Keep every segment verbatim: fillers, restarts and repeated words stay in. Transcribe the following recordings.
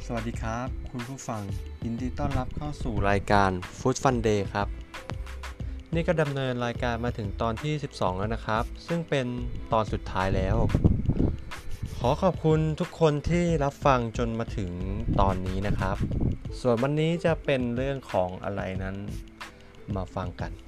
สวัสดีครับคุณผู้ฟังยินดีต้อนรับเข้าสู่รายการ Food Fun Day ครับนี่ก็ดำเนินรายการมาถึงตอนที่สิบสองแล้วนะครับซึ่งเป็นตอนสุดท้ายแล้วขอขอบคุณทุกคนที่รับฟังจนมาถึงตอนนี้นะครับส่วนวันนี้จะเป็นเรื่องของอะไรนั้นมาฟังกัน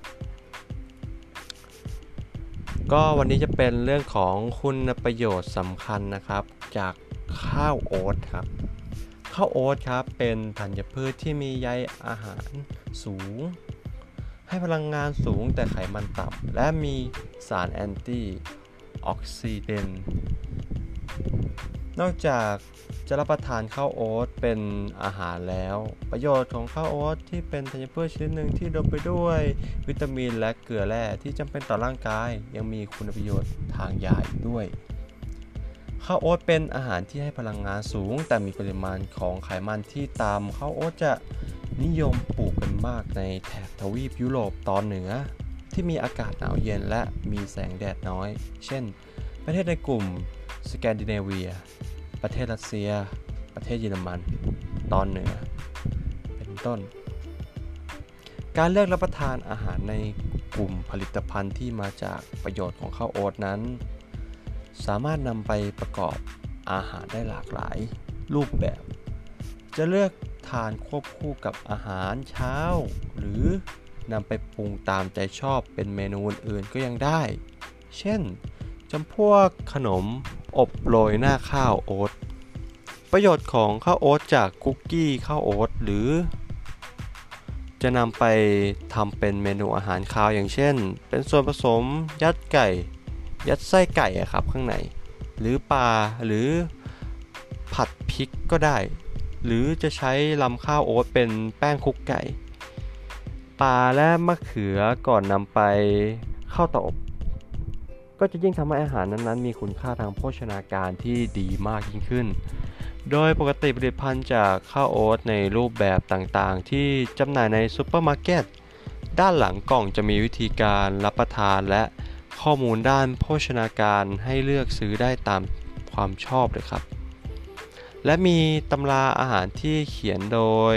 ก็วันนี้จะเป็นเรื่องของคุณประโยชน์สำคัญนะครับจากข้าวโอ๊ตครับข้าวโอ๊ตครับเป็นธัญพืชที่มีใยอาหารสูงให้พลังงานสูงแต่ไขมันต่ำและมีสารแอนตี้ออกซิเดนต์นอกจากจะรับประทานข้าวโอ๊ตเป็นอาหารแล้วประโยชน์ของข้าวโอ๊ตที่เป็นธัญพืชชนิดหนึ่งที่อุดมไปด้วยวิตามินและเกลือแร่ที่จำเป็นต่อร่างกายยังมีคุณประโยชน์ทางยาอีกด้วยข้าวโอ๊ตเป็นอาหารที่ให้พลังงานสูงแต่มีปริมาณของไขมันที่ต่ำข้าวโอ๊ตจะนิยมปลูกกันมากในแถบทวีปยุโรปตอนเหนือที่มีอากาศหนาวเย็นและมีแสงแดดน้อยเช่นประเทศในกลุ่มสแกนดิเนเวียประเทศรัสเซียประเทศเยอรมันตอนเหนือเป็นต้นการเลือกรับประทานอาหารในกลุ่มผลิตภัณฑ์ที่มาจากประโยชน์ของข้าวโอ๊ตนั้นสามารถนำไปประกอบอาหารได้หลากหลายรูปแบบจะเลือกทานควบคู่กับอาหารเช้าหรือนำไปปรุงตามใจชอบเป็นเมนูอื่นๆก็ยังได้เช่นจำพวกขนมอบโรยหน้าข้าวโอ๊ตประโยชน์ของข้าวโอ๊ตจากคุกกี้ข้าวโอ๊ตหรือจะนำไปทำเป็นเมนูอาหารคาวอย่างเช่นเป็นส่วนผสมยัดไก่ยัดไส้ไก่ครับข้างในหรือปลาหรือผัดพริกก็ได้หรือจะใช้ลำข้าวโอ๊ตเป็นแป้งคลุกไก่ปลาและมะเขือก่อนนำไปเข้าเตาอบก็จะยิ่งทำให้อาหารนั้นๆมีคุณค่าทางโภชนาการที่ดีมากยิ่งขึ้นโดยปกติผลิตภัณฑ์จากข้าวโอ๊ตในรูปแบบต่างๆที่จำหน่ายในซูเปอร์มาร์เก็ตด้านหลังกล่องจะมีวิธีการรับประทานและข้อมูลด้านโภชนาการให้เลือกซื้อได้ตามความชอบเลยครับและมีตำราอาหารที่เขียนโดย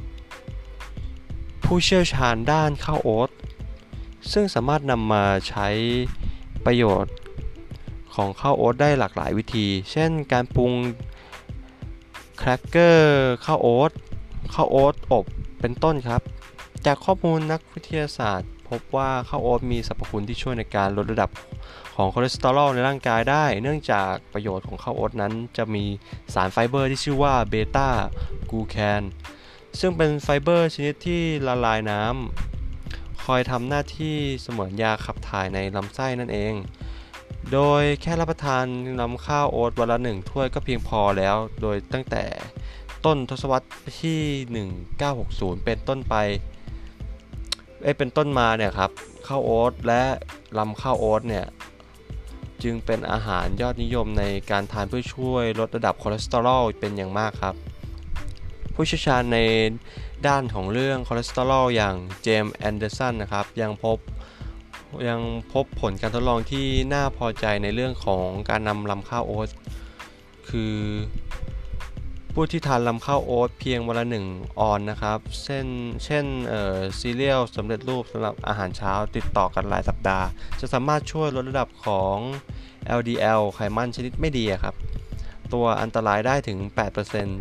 ผู้เชี่ยวชาญด้านข้าวโอ๊ตซึ่งสามารถนำมาใช้ประโยชน์ของข้าวโอ๊ตได้หลากหลายวิธีเช่นการปรุงแครกเกอร์ข้าวโอ๊ตข้าวโอ๊ตอบเป็นต้นครับจากข้อมูลนักวิทยาศาสตร์พบว่าข้าวโอ๊ตมีสรรพคุณที่ช่วยในการลดระดับของคอเลสเตอรอลในร่างกายได้เนื่องจากประโยชน์ของข้าวโอ๊ตนั้นจะมีสารไฟเบอร์ที่ชื่อว่าเบต้ากลูแคนซึ่งเป็นไฟเบอร์ชนิดที่ละลายน้ำคอยทำหน้าที่เสมือนยาขับถ่ายในลำไส้นั่นเองโดยแค่รับประทานน้ำข้าวโอ๊ตวันละหนึ่งถ้วยก็เพียงพอแล้วโดยตั้งแต่ต้นทศวรรษที่หนึ่งพันเก้าร้อยหกสิบเป็นต้นไปเอ้เป็นต้นมาเนี่ยครับข้าวโอ๊ตและลำข้าวโอ๊ตเนี่ยจึงเป็นอาหารยอดนิยมในการทานเพื่อช่วยลดระดับคอเลสเตอรอลเป็นอย่างมากครับผู้เชี่ยวชาญในด้านของเรื่องคอเลสเตอรอลอย่างเจมส์แอนเดอร์สันนะครับยังพบยังพบผลการทดลองที่น่าพอใจในเรื่องของการนำลำข้าวโอ๊ตคือผู้ที่ทานลำข้าวโอ๊ตเพียงวันละหนึ่งออนนะครับเช่นเช่นเอ่อซีเรียลสำเร็จรูปสำหรับอาหารเช้าติดต่อกันหลายสัปดาห์จะสามารถช่วยลดระดับของ แอล ดี แอล ไขมันชนิดไม่ดีครับตัวอันตรายได้ถึง แปดเปอร์เซ็นต์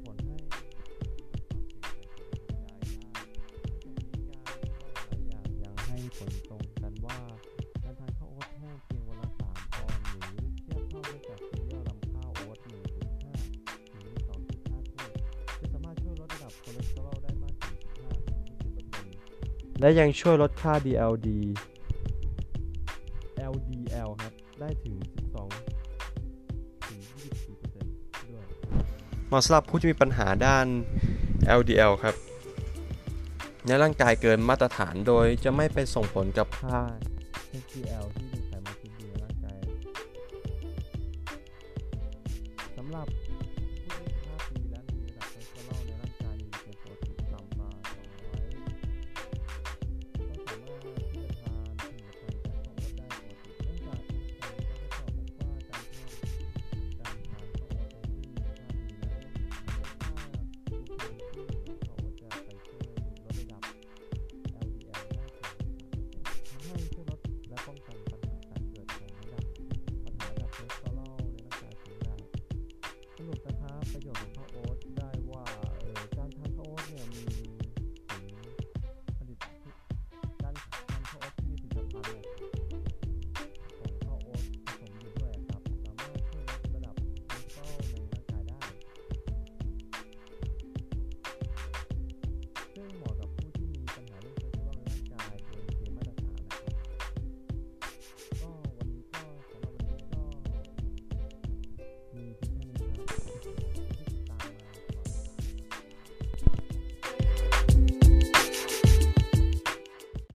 ผลตรงกันว่าการทานข้าวโอ๊ตแห้งเพียงวันละสามออนหรือเทียบเท่าได้กับซีเรียลลำข้าวโอ๊ต หนึ่งจุดห้า ถึง สองจุดห้า ถ้วยจะสามารถช่วยลดระดับคอเลสเตอรอลได้มากถึง สิบห้าถึงยี่สิบเปอร์เซ็นต์ และยังช่วยลดค่า ดี แอล ดี แอล ดี แอล ครับได้ถึง สิบสองถึงยี่สิบสี่เปอร์เซ็นต์ ด้วยเหมาะสำหรับผู้ที่มีปัญหาด้าน แอล ดี แอล ครับในร่างกายเกินมาตรฐานโดยจะไม่ไปส่งผลกับค่า เอช ดี แอล ที่เป็นไขมันที่ดีในร่างกายสำหรับ